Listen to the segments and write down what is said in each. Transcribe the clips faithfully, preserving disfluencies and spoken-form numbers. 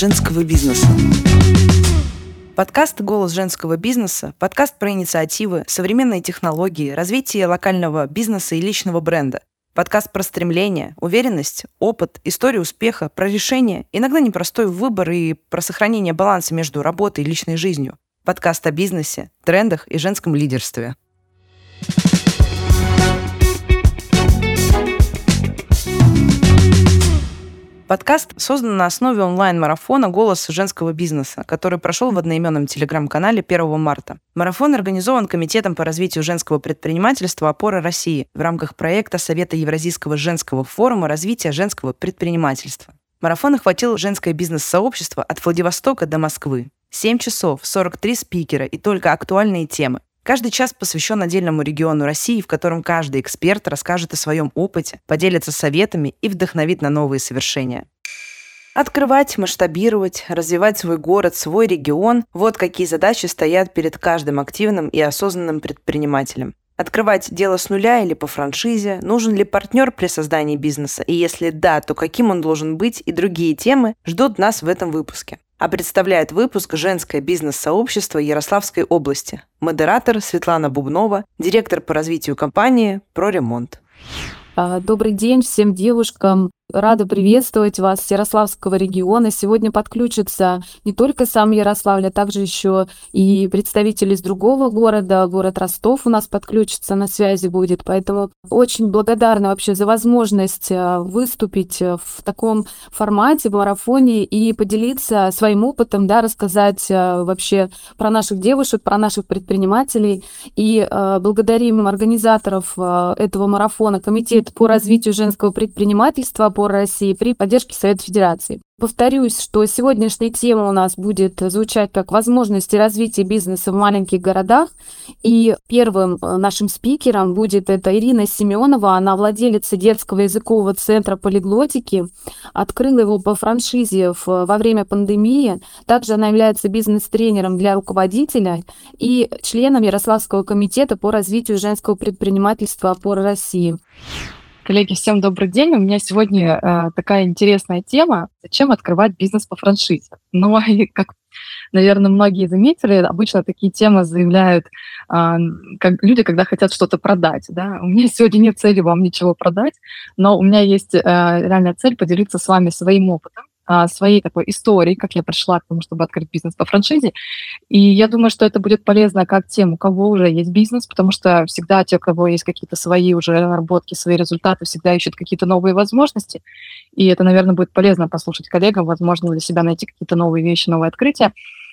женского бизнеса». Подкаст «Голос женского бизнеса» – подкаст про инициативы, современные технологии, развитие локального бизнеса и личного бренда. Подкаст про стремление, уверенность, опыт, историю успеха, про решение, иногда непростой выбор и про сохранение баланса между работой и личной жизнью. Подкаст о бизнесе, трендах и женском лидерстве. Подкаст создан на основе онлайн-марафона «Голос женского бизнеса», который прошел в одноименном телеграм-канале первого марта. Марафон организован Комитетом по развитию женского предпринимательства «Опора России» в рамках проекта Совета Евразийского женского форума развития женского предпринимательства. Марафон охватил женское бизнес-сообщество от Владивостока до Москвы. семь часов, сорок три спикера и только актуальные темы. Каждый час посвящен отдельному региону России, в котором каждый эксперт расскажет о своем опыте, поделится советами и вдохновит на новые совершения. Открывать, масштабировать, развивать свой город, свой регион – вот какие задачи стоят перед каждым активным и осознанным предпринимателем. Открывать дело с нуля или по франшизе, нужен ли партнер при создании бизнеса, и если да, то каким он должен быть, и другие темы ждут нас в этом выпуске. А представляет выпуск женское бизнес-сообщество Ярославской области. Модератор Светлана Бубнова, директор по развитию компании «Проремонт». Добрый день всем девушкам. Рада приветствовать вас с Ярославского региона. Сегодня подключится не только сам Ярославль, а также еще и представители из другого города. Город Ростов у нас подключится, на связи будет. Поэтому очень благодарна вообще за возможность выступить в таком формате, в марафоне и поделиться своим опытом, да, рассказать вообще про наших девушек, про наших предпринимателей. И благодарим организаторов этого марафона, Комитет по развитию женского предпринимательства «Опора России» при поддержке Совета Федерации. Повторюсь, что сегодняшняя тема у нас будет звучать как возможности развития бизнеса в маленьких городах. И первым нашим спикером будет это Ирина Семенова. Она владелица детского языкового центра полиглотики. Открыла его по франшизе в, во время пандемии. Также она является бизнес-тренером для руководителя и членом Ярославского комитета по развитию женского предпринимательства «Опора России». Коллеги, всем добрый день. У меня сегодня э, такая интересная тема. Зачем открывать бизнес по франшизе? Ну, и как, наверное, многие заметили, обычно такие темы заявляют э, как люди, когда хотят что-то продать. Да? У меня сегодня нет цели вам ничего продать, но у меня есть э, реальная цель поделиться с вами своим опытом, своей такой историей, как я пришла к тому, чтобы открыть бизнес по франшизе. И я думаю, что это будет полезно как тем, у кого уже есть бизнес, потому что всегда те, у кого есть какие-то свои уже наработки, свои результаты, всегда ищут какие-то новые возможности. И это, наверное, будет полезно послушать коллегам, возможно, для себя найти какие-то новые вещи, новые открытия.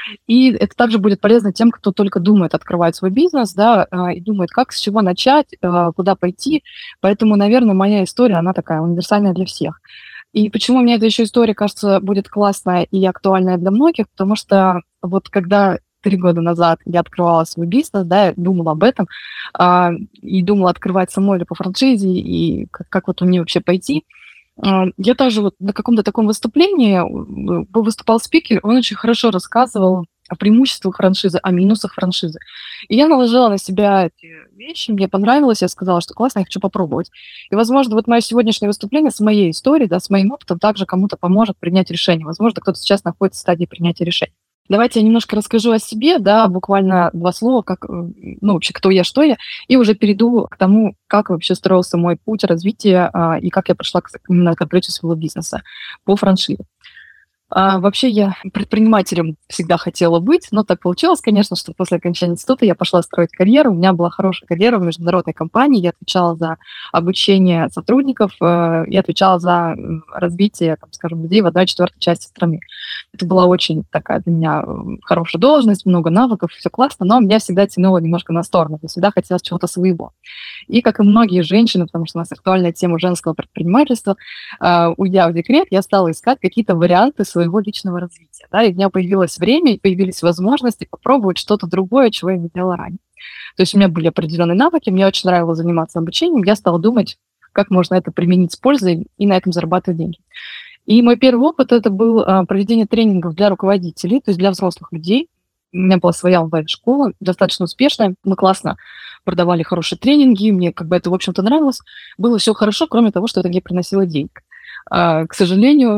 И это также будет полезно тем, кто только думает открывать свой бизнес, да, и думает, как, с чего начать, куда пойти. Поэтому, наверное, моя история, она такая универсальная для всех. И почему мне эта еще история, кажется, будет классная и актуальная для многих, потому что вот когда три года назад я открывала свой бизнес, да, я думала об этом, а, и думала открывать самой или по франшизе, и как, как вот мне вообще пойти. А, я тоже вот на каком-то таком выступлении выступал спикер, он очень хорошо рассказывал о преимуществах франшизы, о минусах франшизы. И я наложила на себя эти вещи, мне понравилось, я сказала, что классно, я хочу попробовать. И, возможно, вот мое сегодняшнее выступление с моей историей, да, с моим опытом также кому-то поможет принять решение. Возможно, кто-то сейчас находится в стадии принятия решения. Давайте я немножко расскажу о себе, да, буквально два слова, как, ну, вообще, кто я, что я, и уже перейду к тому, как вообще строился мой путь развития а, и как я пришла к, именно к открытию своего бизнеса по франшизе. А, вообще я предпринимателем всегда хотела быть, но так получилось, конечно, что после окончания института я пошла строить карьеру. У меня была хорошая карьера в международной компании, я отвечала за обучение сотрудников, э, я отвечала за развитие, там, скажем, людей в одной четвертой части страны. Это была очень такая для меня хорошая должность, много навыков, все классно, но меня всегда тянуло немножко на сторону, я всегда хотела чего-то своего. И, как и многие женщины, потому что у нас актуальная тема женского предпринимательства, э, уйдя в декрет, я стала искать какие-то варианты своего личного развития. Да, и у меня появилось время, и появились возможности попробовать что-то другое, чего я не делала ранее. То есть у меня были определенные навыки, мне очень нравилось заниматься обучением, я стала думать, как можно это применить с пользой и на этом зарабатывать деньги. И мой первый опыт – это был а, проведение тренингов для руководителей, то есть для взрослых людей. У меня была своя онлайн-школа, достаточно успешная. Мы классно продавали хорошие тренинги, мне как бы это, в общем-то, нравилось. Было все хорошо, кроме того, что это не приносило денег. А, к сожалению,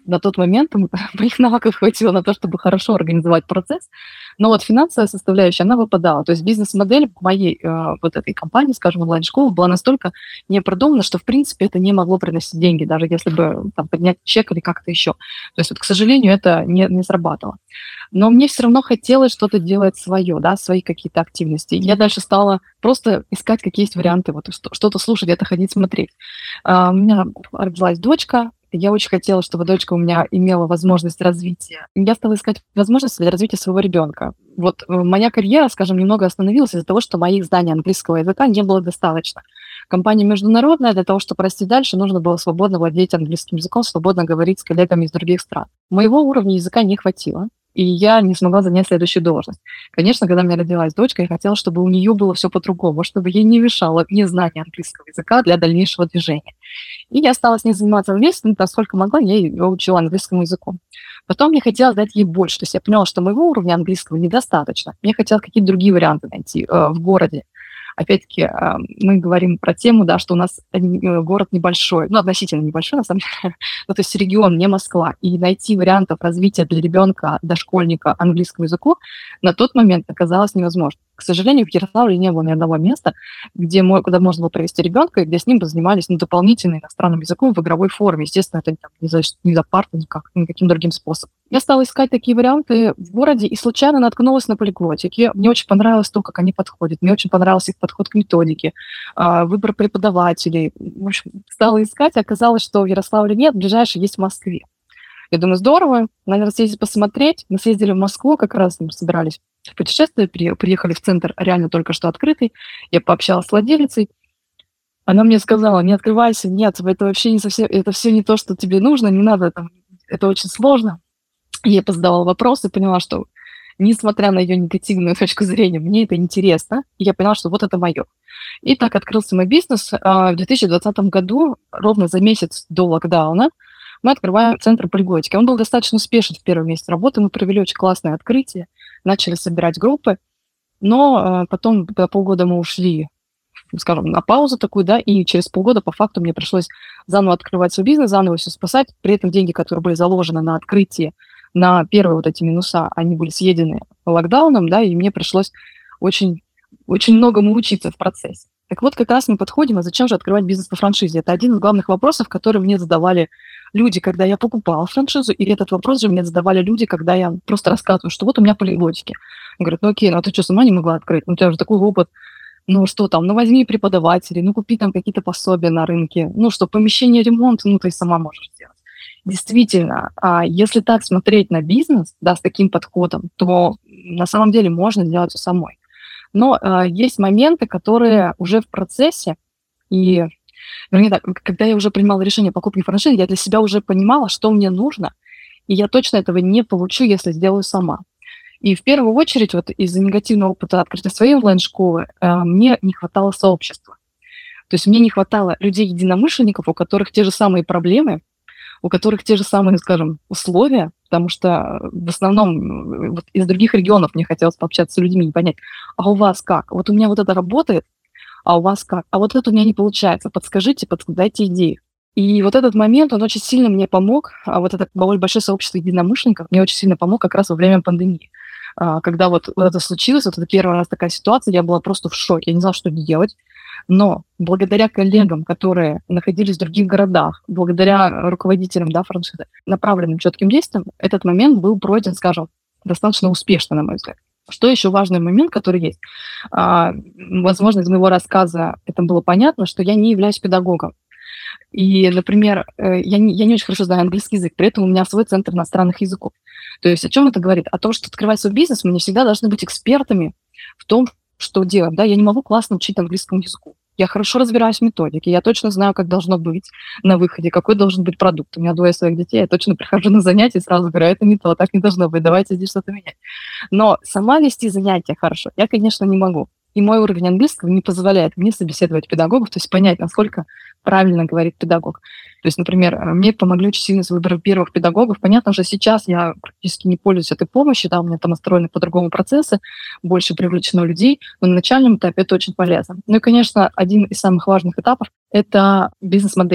на тот момент моих навыков хватило на то, чтобы хорошо организовать процесс, но вот финансовая составляющая, она выпадала. То есть бизнес-модель моей э, вот этой компании, скажем, онлайн-школы, была настолько не продумана, что, в принципе, это не могло приносить деньги, даже если бы там, поднять чек или как-то еще. То есть, вот, к сожалению, это не, не срабатывало. Но мне все равно хотелось что-то делать свое, да, свои какие-то активности. Я дальше стала просто искать, какие есть варианты, вот что-то слушать, где-то ходить, смотреть. А, у меня родилась дочка, я очень хотела, чтобы дочка у меня имела возможность развития. Я стала искать возможности для развития своего ребенка. Вот моя карьера, скажем, немного остановилась из-за того, что моих знаний английского языка не было достаточно. Компания международная, для того, чтобы расти дальше, нужно было свободно владеть английским языком, свободно говорить с коллегами из других стран. Моего уровня языка не хватило, и я не смогла занять следующую должность. Конечно, когда у меня родилась дочка, я хотела, чтобы у нее было все по-другому, чтобы ей не мешало незнание английского языка для дальнейшего движения. И я стала с ней заниматься английским, насколько могла, я ее учила английскому языку. Потом мне хотелось дать ей больше. То есть я поняла, что моего уровня английского недостаточно. Мне хотелось какие-то другие варианты найти э, в городе. Опять-таки, э, мы говорим про тему, да, что у нас э, город небольшой, ну, относительно небольшой, на самом деле, ну, то есть регион, не Москва, и найти вариантов развития для ребенка, дошкольника английскому языку на тот момент оказалось невозможно. К сожалению, в Ярославле не было ни одного места, где, куда можно было провести ребенка, и где с ним бы занимались ну, дополнительно иностранным языком в игровой форме. Естественно, это там, не, за, не за партой, никак, никаким другим способом. Я стала искать такие варианты в городе и случайно наткнулась на полиглотики. Мне очень понравилось то, как они подходят. Мне очень понравился их подход к методике, выбор преподавателей. В общем, стала искать, и оказалось, что в Ярославле нет, ближайший есть в Москве. Я думаю, здорово, наверное, съездить посмотреть. Мы съездили в Москву, как раз мы собирались в путешествие, приехали в центр, реально только что открытый. Я пообщалась с владелицей. Она мне сказала, не открывайся, нет, это вообще не совсем, это все не то, что тебе нужно, не надо, это, это очень сложно. Я позадавала вопросы, поняла, что, несмотря на ее негативную точку зрения, мне это интересно, и я поняла, что вот это мое. И так открылся мой бизнес. В две тысячи двадцатом году, ровно за месяц до локдауна, мы открываем центр полиглотики. Он был достаточно успешен в первом месяце работы, мы провели очень классное открытие, начали собирать группы, но потом до полгода мы ушли, скажем, на паузу такую, да, и через полгода по факту мне пришлось заново открывать свой бизнес, заново все спасать. При этом деньги, которые были заложены на открытие, на первые вот эти минуса, они были съедены локдауном, да, и мне пришлось очень, очень многому учиться в процессе. Так вот, как раз мы подходим, а зачем же открывать бизнес по франшизе? Это один из главных вопросов, которые мне задавали люди, когда я покупала франшизу, и этот вопрос же мне задавали люди, когда я просто рассказываю, что вот у меня полиглотики. Говорят, ну окей, ну а ты что, сама не могла открыть? Ну у тебя же такой опыт. Ну что там, ну возьми преподавателей, ну купи там какие-то пособия на рынке. Ну что, помещение, ремонт, ну ты сама можешь сделать. Действительно, если так смотреть на бизнес, да, с таким подходом, то на самом деле можно сделать все самой. Но э, есть моменты, которые уже в процессе, и, вернее так, когда я уже принимала решение о покупке франшизы, я для себя уже понимала, что мне нужно, и я точно этого не получу, если сделаю сама. И в первую очередь, вот из-за негативного опыта открытия своей онлайн-школы, э, мне не хватало сообщества. То есть мне не хватало людей-единомышленников, у которых те же самые проблемы, у которых те же самые, скажем, условия, потому что в основном вот из других регионов мне хотелось пообщаться с людьми и понять, а у вас как? Вот у меня вот это работает, а у вас как? А вот это у меня не получается. Подскажите, дайте идеи. И вот этот момент, он очень сильно мне помог, а вот это большое сообщество единомышленников мне очень сильно помог как раз во время пандемии. Когда вот, вот это случилось, вот это первый раз такая ситуация, я была просто в шоке, я не знала, что делать. Но благодаря коллегам, которые находились в других городах, благодаря руководителям, да, франшизы, направленным четким действиям, этот момент был пройден, скажем, достаточно успешно, на мой взгляд. Что еще важный момент, который есть? А, возможно, из моего рассказа это было понятно, что я не являюсь педагогом. И, например, я не, я не очень хорошо знаю английский язык, при этом у меня свой центр иностранных языков. То есть о чем это говорит? О том, что открывать свой бизнес, мы не всегда должны быть экспертами в том, что делать. Да? Я не могу классно учить английскому языку. Я хорошо разбираюсь в методике, я точно знаю, как должно быть на выходе, какой должен быть продукт. У меня двое своих детей, я точно прихожу на занятия и сразу говорю, это не то, так не должно быть, давайте здесь что-то менять. Но сама вести занятия хорошо я, конечно, не могу. И мой уровень английского не позволяет мне собеседовать педагогов, то есть понять, насколько правильно говорит педагог. То есть, например, мне помогли очень сильно с выбором первых педагогов. Понятно, что сейчас я практически не пользуюсь этой помощью, да, у меня там настроены по-другому процессы, больше привлечено людей, но на начальном этапе это очень полезно. Ну и, конечно, один из самых важных этапов – это бизнес-модель.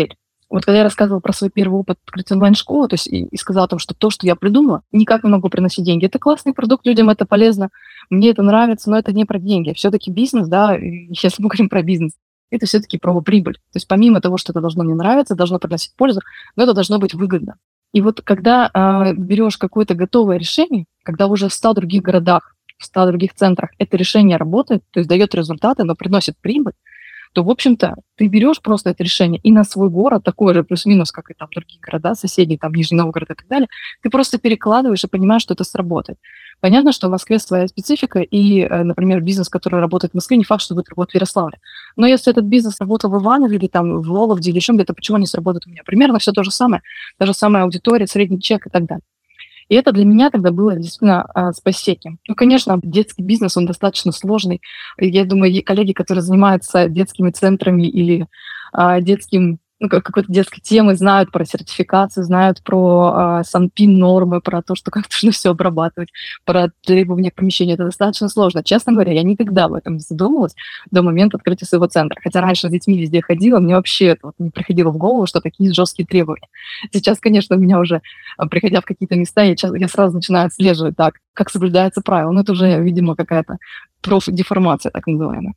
Вот когда я рассказывала про свой первый опыт открытия онлайн-школы, то есть и, и сказала о том, что то, что я придумала, никак не могу приносить деньги. Это классный продукт, людям это полезно, мне это нравится, но это не про деньги. Все-таки бизнес, да, и если мы говорим про бизнес, это все-таки про прибыль. То есть помимо того, что это должно мне нравиться, должно приносить пользу, но это должно быть выгодно. И вот когда э, берешь какое-то готовое решение, когда уже в ста других городах, в ста других центрах это решение работает, то есть дает результаты, но приносит прибыль, то, в общем-то, ты берешь просто это решение и на свой город, такой же плюс-минус, как и там другие города, соседние, там Нижний Новгород и так далее, ты просто перекладываешь и понимаешь, что это сработает. Понятно, что в Москве своя специфика, и, например, бизнес, который работает в Москве, не факт, что будет работать в Ярославле. Но если этот бизнес работал в Иванове или там в Вологде или еще где-то, почему не сработает у меня? Примерно все то же самое, та же самая аудитория, средний чек и так далее. И это для меня тогда было действительно а, спасением. Ну, конечно, детский бизнес, он достаточно сложный. Я думаю, и коллеги, которые занимаются детскими центрами или а, детским, ну, какой-то детской темой, знают про сертификацию, знают про а, санпин-нормы, про то, что как нужно все обрабатывать, про требования к помещению. Это достаточно сложно. Честно говоря, я никогда об этом не задумывалась до момента открытия своего центра. Хотя раньше с детьми везде ходила, мне вообще это вот не приходило в голову, что такие жесткие требования. Сейчас, конечно, у меня уже, приходя в какие-то места, я, я сразу начинаю отслеживать так, как соблюдаются правила. Но это уже, видимо, какая-то профдеформация, так называемая.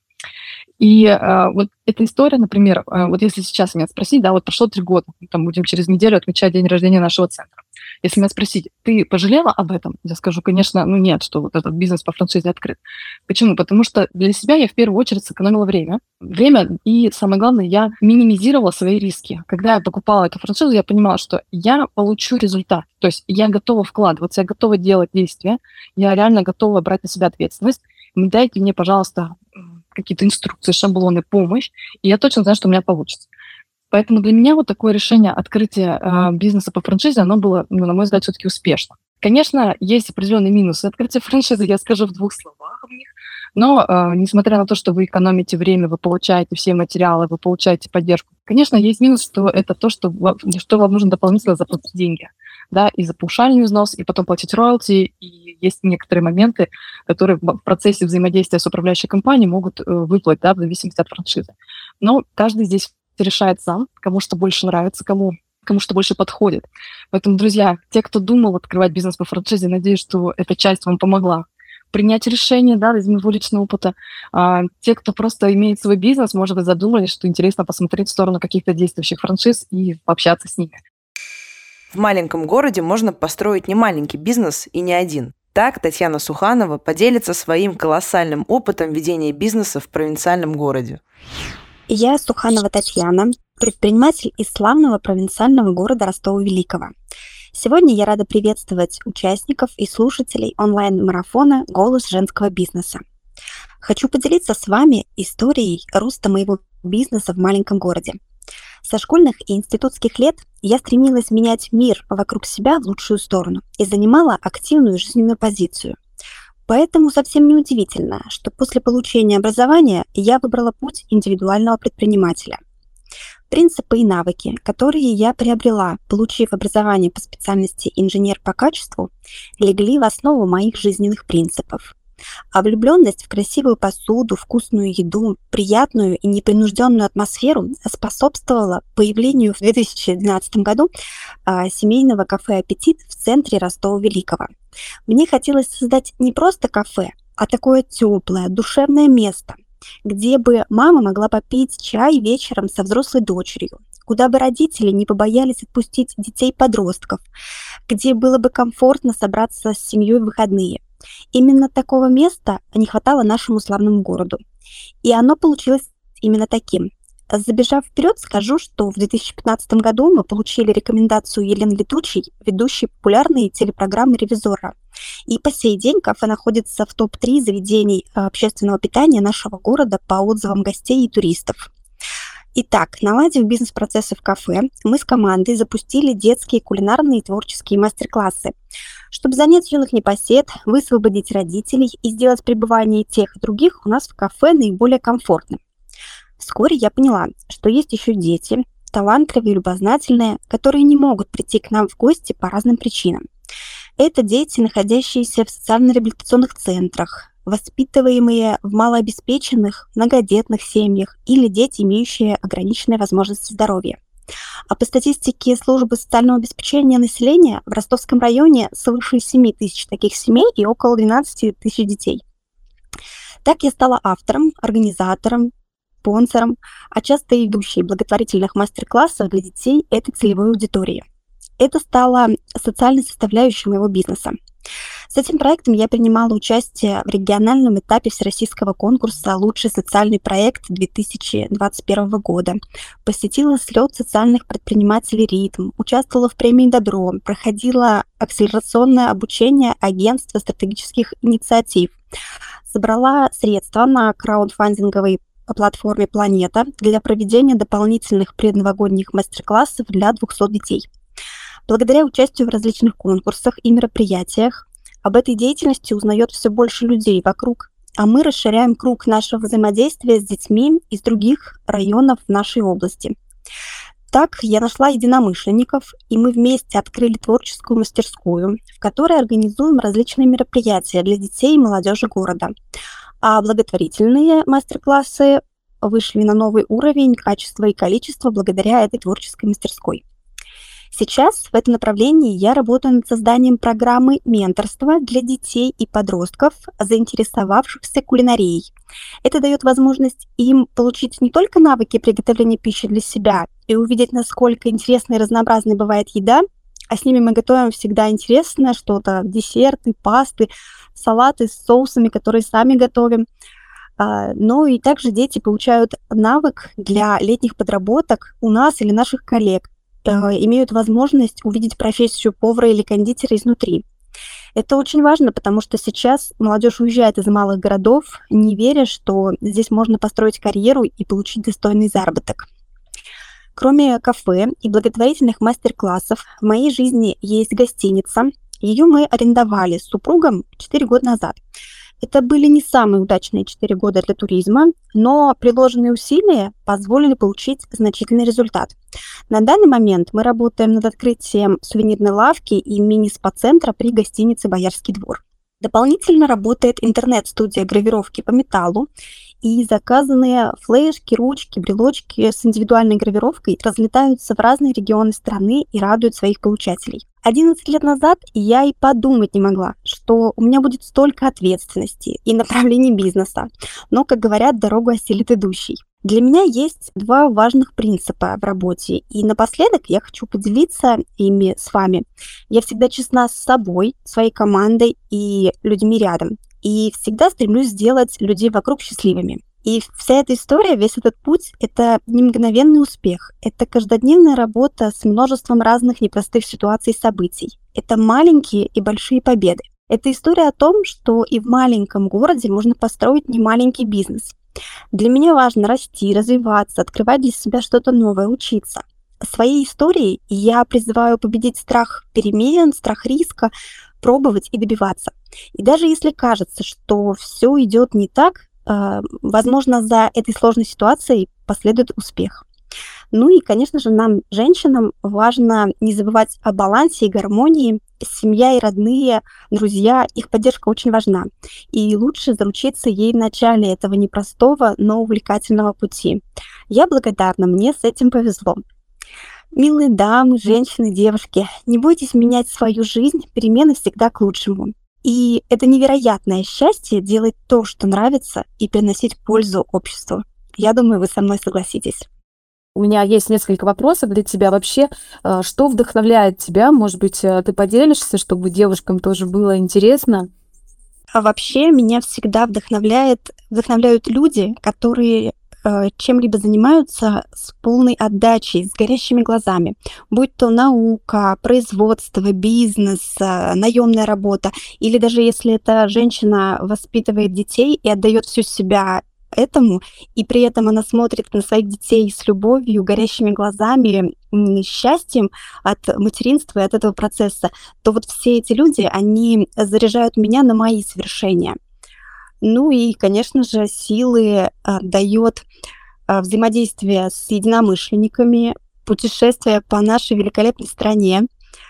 И а, вот эта история, например, а, вот если сейчас меня спросить, да, вот прошло три года, там будем через неделю отмечать день рождения нашего центра. Если меня спросить, ты пожалела об этом? Я скажу, конечно, ну нет, что вот этот бизнес по франшизе открыт. Почему? Потому что для себя я в первую очередь сэкономила время. Время и, самое главное, я минимизировала свои риски. Когда я покупала эту франшизу, я понимала, что я получу результат. То есть я готова вкладываться, я готова делать действия, я реально готова брать на себя ответственность. Дайте мне, пожалуйста, какие-то инструкции, шаблоны, помощь, и я точно знаю, что у меня получится. Поэтому для меня вот такое решение открытия э, бизнеса по франшизе, оно было, ну, на мой взгляд, все-таки успешно. Конечно, есть определенные минусы открытия франшизы, я скажу в двух словах в них, но э, несмотря на то, что вы экономите время, вы получаете все материалы, вы получаете поддержку, конечно, есть минус, что это то, что, что вам нужно дополнительно заплатить деньги, да, и за паушальный взнос, и потом платить роялти, и есть некоторые моменты, которые в процессе взаимодействия с управляющей компанией могут э, выплыть, да, в зависимости от франшизы. Но каждый здесь решает сам, кому что больше нравится, кому, кому что больше подходит. Поэтому, друзья, те, кто думал открывать бизнес по франшизе, надеюсь, что эта часть вам помогла принять решение, да, из моего личного опыта. А, те, кто просто имеет свой бизнес, может быть, задумались, что интересно посмотреть в сторону каких-то действующих франшиз и пообщаться с ними. В маленьком городе можно построить не маленький бизнес и не один. Так Татьяна Суханова поделится своим колоссальным опытом ведения бизнеса в провинциальном городе. Я Суханова Татьяна, предприниматель из славного провинциального города Ростова-Великого. Сегодня я рада приветствовать участников и слушателей онлайн-марафона «Голос женского бизнеса». Хочу поделиться с вами историей роста моего бизнеса в маленьком городе. Со школьных и институтских лет я стремилась менять мир вокруг себя в лучшую сторону и занимала активную жизненную позицию. Поэтому совсем неудивительно, что после получения образования я выбрала путь индивидуального предпринимателя. Принципы и навыки, которые я приобрела, получив образование по специальности инженер по качеству, легли в основу моих жизненных принципов. А влюбленность в красивую посуду, вкусную еду, приятную и непринужденную атмосферу способствовала появлению в две тысячи двенадцатом году а, семейного кафе «Аппетит» в центре Ростова-Великого. Мне хотелось создать не просто кафе, а такое теплое, душевное место, где бы мама могла попить чай вечером со взрослой дочерью, куда бы родители не побоялись отпустить детей-подростков, где было бы комфортно собраться с семьей в выходные. Именно такого места не хватало нашему славному городу. И оно получилось именно таким. Забежав вперед, скажу, что в две тысячи пятнадцатом году мы получили рекомендацию Елены Летучей, ведущей популярной телепрограммы «Ревизора». И по сей день кафе находится в топ три заведений общественного питания нашего города по отзывам гостей и туристов. Итак, наладив бизнес-процессы в кафе, мы с командой запустили детские кулинарные и творческие мастер-классы, чтобы занять юных непосед, высвободить родителей и сделать пребывание тех и других у нас в кафе наиболее комфортным. Вскоре я поняла, что есть еще дети, талантливые и любознательные, которые не могут прийти к нам в гости по разным причинам. Это дети, находящиеся в социально-реабилитационных центрах, воспитываемые в малообеспеченных, многодетных семьях или дети, имеющие ограниченные возможности здоровья. А по статистике службы социального обеспечения населения в Ростовском районе свыше семи тысяч таких семей и около двенадцати тысяч детей. Так я стала автором, организатором, спонсором, а часто и ведущей благотворительных мастер-классов для детей этой целевой аудитории. Это стало социальной составляющей моего бизнеса. С этим проектом я принимала участие в региональном этапе всероссийского конкурса «Лучший социальный проект» две тысячи двадцать первого года. Посетила слет социальных предпринимателей «Ритм», участвовала в премии «Добро», проходила акселерационное обучение агентства стратегических инициатив, собрала средства на краудфандинговой платформе «Планета» для проведения дополнительных предновогодних мастер-классов для двухсот детей. Благодаря участию в различных конкурсах и мероприятиях об этой деятельности узнает все больше людей вокруг, а мы расширяем круг нашего взаимодействия с детьми из других районов нашей области. Так я нашла единомышленников, и мы вместе открыли творческую мастерскую, в которой организуем различные мероприятия для детей и молодежи города. А благотворительные мастер-классы вышли на новый уровень качества и количества благодаря этой творческой мастерской. Сейчас в этом направлении я работаю над созданием программы менторства для детей и подростков, заинтересовавшихся кулинарией. Это дает возможность им получить не только навыки приготовления пищи для себя и увидеть, насколько интересной и разнообразной бывает еда, а с ними мы готовим всегда интересное что-то, десерты, пасты, салаты с соусами, которые сами готовим. Но и также дети получают навык для летних подработок у нас или наших коллег, имеют возможность увидеть профессию повара или кондитера изнутри. Это очень важно, потому что сейчас молодежь уезжает из малых городов, не веря, что здесь можно построить карьеру и получить достойный заработок. Кроме кафе и благотворительных мастер-классов, в моей жизни есть гостиница. Ее мы арендовали с супругом четыре года назад. Это были не самые удачные четыре года для туризма, но приложенные усилия позволили получить значительный результат. На данный момент мы работаем над открытием сувенирной лавки и мини-спа-центра при гостинице «Боярский двор». Дополнительно работает интернет-студия гравировки по металлу, и заказанные флешки, ручки, брелочки с индивидуальной гравировкой разлетаются в разные регионы страны и радуют своих получателей. одиннадцать лет назад я и подумать не могла, что у меня будет столько ответственности и направлений бизнеса. Но, как говорят, дорогу осилит идущий. Для меня есть два важных принципа в работе, и напоследок я хочу поделиться ими с вами. Я всегда честна с собой, своей командой и людьми рядом, и всегда стремлюсь сделать людей вокруг счастливыми. И вся эта история, весь этот путь — это не мгновенный успех, это каждодневная работа с множеством разных непростых ситуаций и событий. Это маленькие и большие победы. Это история о том, что и в маленьком городе можно построить немаленький бизнес. Для меня важно расти, развиваться, открывать для себя что-то новое, учиться. Своей историей я призываю победить страх перемен, страх риска, пробовать и добиваться. И даже если кажется, что все идет не так, возможно, за этой сложной ситуацией последует успех. Ну и, конечно же, нам, женщинам, важно не забывать о балансе и гармонии. Семья и родные, друзья, их поддержка очень важна. И лучше заручиться ей в начале этого непростого, но увлекательного пути. Я благодарна, мне с этим повезло. Милые дамы, женщины, девушки, не бойтесь менять свою жизнь, перемены всегда к лучшему. И это невероятное счастье делать то, что нравится, и приносить пользу обществу. Я думаю, вы со мной согласитесь. У меня есть несколько вопросов для тебя. Вообще, что вдохновляет тебя? Может быть, ты поделишься, чтобы девушкам тоже было интересно? А вообще, меня всегда вдохновляет, вдохновляют люди, которые чем-либо занимаются с полной отдачей, с горящими глазами. Будь то наука, производство, бизнес, наемная работа, или даже если эта женщина воспитывает детей и отдает всю себя этому, и при этом она смотрит на своих детей с любовью, горящими глазами, счастьем от материнства и от этого процесса, то вот все эти люди, они заряжают меня на мои свершения. Ну и, конечно же, силы а, дает а, взаимодействие с единомышленниками, путешествие по нашей великолепной стране.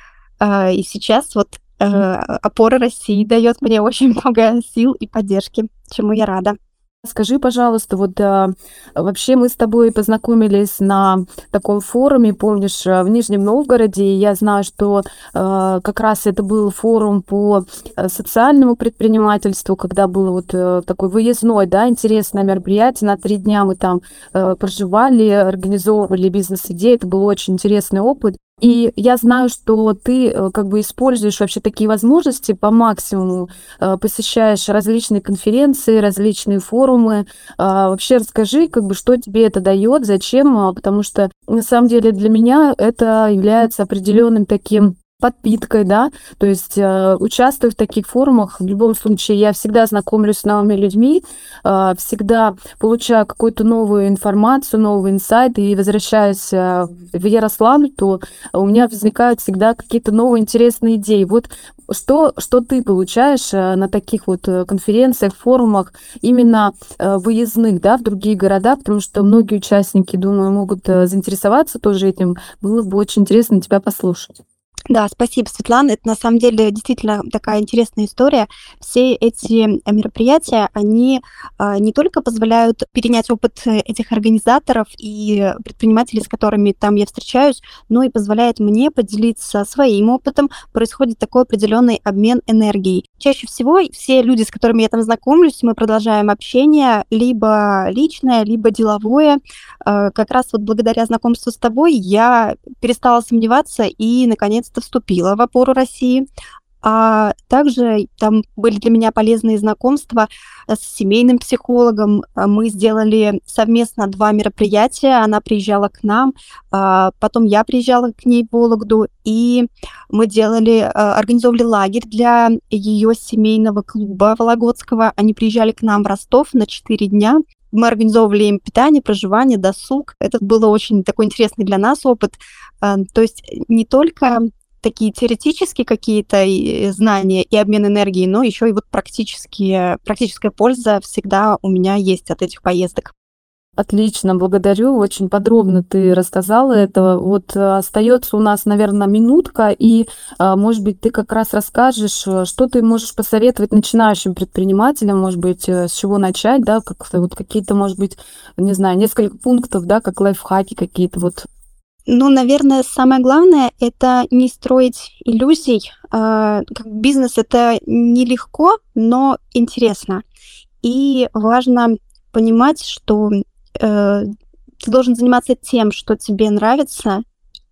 А, и сейчас вот а, опора России дает мне очень много сил и поддержки, чему я рада. Скажи, пожалуйста, вот а, вообще мы с тобой познакомились на таком форуме, помнишь, а, в Нижнем Новгороде. И я знаю, что а, как раз это был форум по а, социальному предпринимательству, когда было вот а, такой выездной, да, интересное мероприятие. На три дня мы там а, проживали, организовывали бизнес-идеи. Это был очень интересный опыт. И я знаю, что ты э, как бы используешь вообще такие возможности по максимуму, э, посещаешь различные конференции, различные форумы. А, Вообще расскажи, как бы, что тебе это дает, зачем, а, потому что на самом деле для меня это является определенным таким подпиткой, да, то есть э, участвуя в таких форумах, в любом случае я всегда знакомлюсь с новыми людьми, э, всегда получаю какую-то новую информацию, новый инсайт, и возвращаясь э, в Ярославль, то у меня возникают всегда какие-то новые интересные идеи. Вот что, что ты получаешь э, на таких вот э, конференциях, форумах, именно э, выездных, да, в другие города, потому что многие участники, думаю, могут э, заинтересоваться тоже этим. Было бы очень интересно тебя послушать. Да, спасибо, Светлана. Это на самом деле действительно такая интересная история. Все эти э, мероприятия, они а, не только позволяют перенять опыт э, этих организаторов и предпринимателей, с которыми там я встречаюсь, но и позволяет мне поделиться своим опытом. Происходит такой определенный обмен энергией. Чаще всего все люди, с которыми я там знакомлюсь, мы продолжаем общение либо личное, либо деловое. Э, Как раз вот благодаря знакомству с тобой я перестала сомневаться и, наконец-то, вступила в опору России. А также там были для меня полезные знакомства э, с семейным психологом. А Мы сделали совместно два мероприятия. Она приезжала к нам, а потом я приезжала к ней в Вологду, и мы делали, э, организовывали лагерь для ее семейного клуба вологодского. Они приезжали к нам в Ростов на четыре дня. Мы организовывали им питание, проживание, досуг. Это было очень такой интересный для нас опыт. А, То есть не только такие теоретические какие-то и знания и обмен энергией, но еще и вот практические, практическая польза всегда у меня есть от этих поездок. Отлично, благодарю. Очень подробно ты рассказала это. Вот э, остается у нас, наверное, минутка, и, э, может быть, ты как раз расскажешь, э, что ты можешь посоветовать начинающим предпринимателям, может быть, э, с чего начать, да, как-то вот какие-то, может быть, не знаю, несколько пунктов, да, как лайфхаки какие-то вот. Ну, наверное, самое главное — это не строить иллюзий. А, как Бизнес — это нелегко, но интересно. И важно понимать, что э, ты должен заниматься тем, что тебе нравится,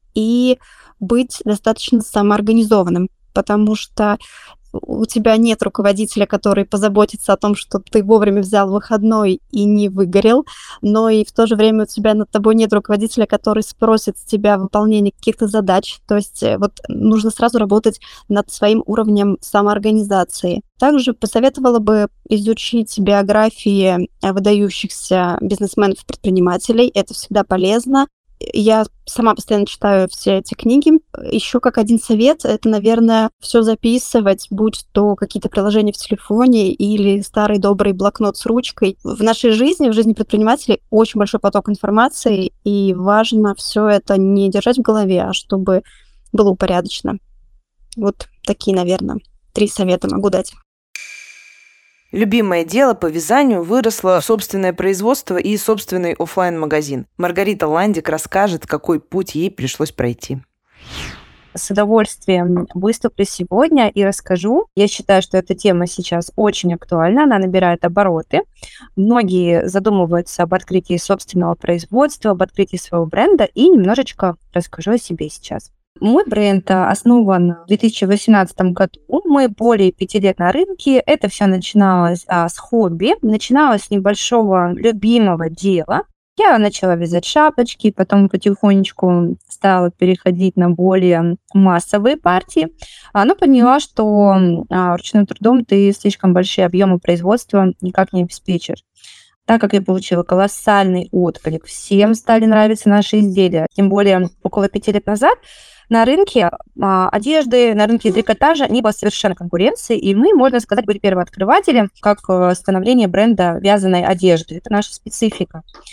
и быть достаточно самоорганизованным, потому что у тебя нет руководителя, который позаботится о том, что ты вовремя взял выходной и не выгорел, но и в то же время у тебя над тобой нет руководителя, который спросит с тебя выполнение каких-то задач. То есть э, вот нужно сразу работать над своим уровнем самоорганизации. Также посоветовала бы изучить биографии э, выдающихся бизнесменов-предпринимателей. Это всегда полезно. Я сама постоянно читаю все эти книги. Еще как один совет — это, наверное, все записывать, будь то какие-то приложения в телефоне или старый добрый блокнот с ручкой. В нашей жизни, в жизни предпринимателей очень большой поток информации, и важно все это не держать в голове, а чтобы было упорядочено. Вот такие, наверное, три совета могу дать. Любимое дело по вязанию выросло в собственное производство и собственный офлайн-магазин. Маргарита Ландик расскажет, какой путь ей пришлось пройти. С удовольствием выступлю сегодня и расскажу. Я считаю, что эта тема сейчас очень актуальна, она набирает обороты. Многие задумываются об открытии собственного производства, об открытии своего бренда, и немножечко расскажу о себе сейчас. Мой бренд основан в две тысячи восемнадцатом году. Мы более пяти лет на рынке. Это все начиналось а, с хобби, начиналось с небольшого любимого дела. Я начала вязать шапочки, потом потихонечку стала переходить на более массовые партии, но поняла, что а, ручным трудом ты слишком большие объемы производства никак не обеспечишь. Так как я получила колоссальный отклик, всем стали нравиться наши изделия. Тем более около пяти лет назад на рынке а, одежды, на рынке трикотажа не было совершенно конкуренции, и мы, можно сказать, были первооткрыватели как становление бренда вязаной одежды. Это наша специфика.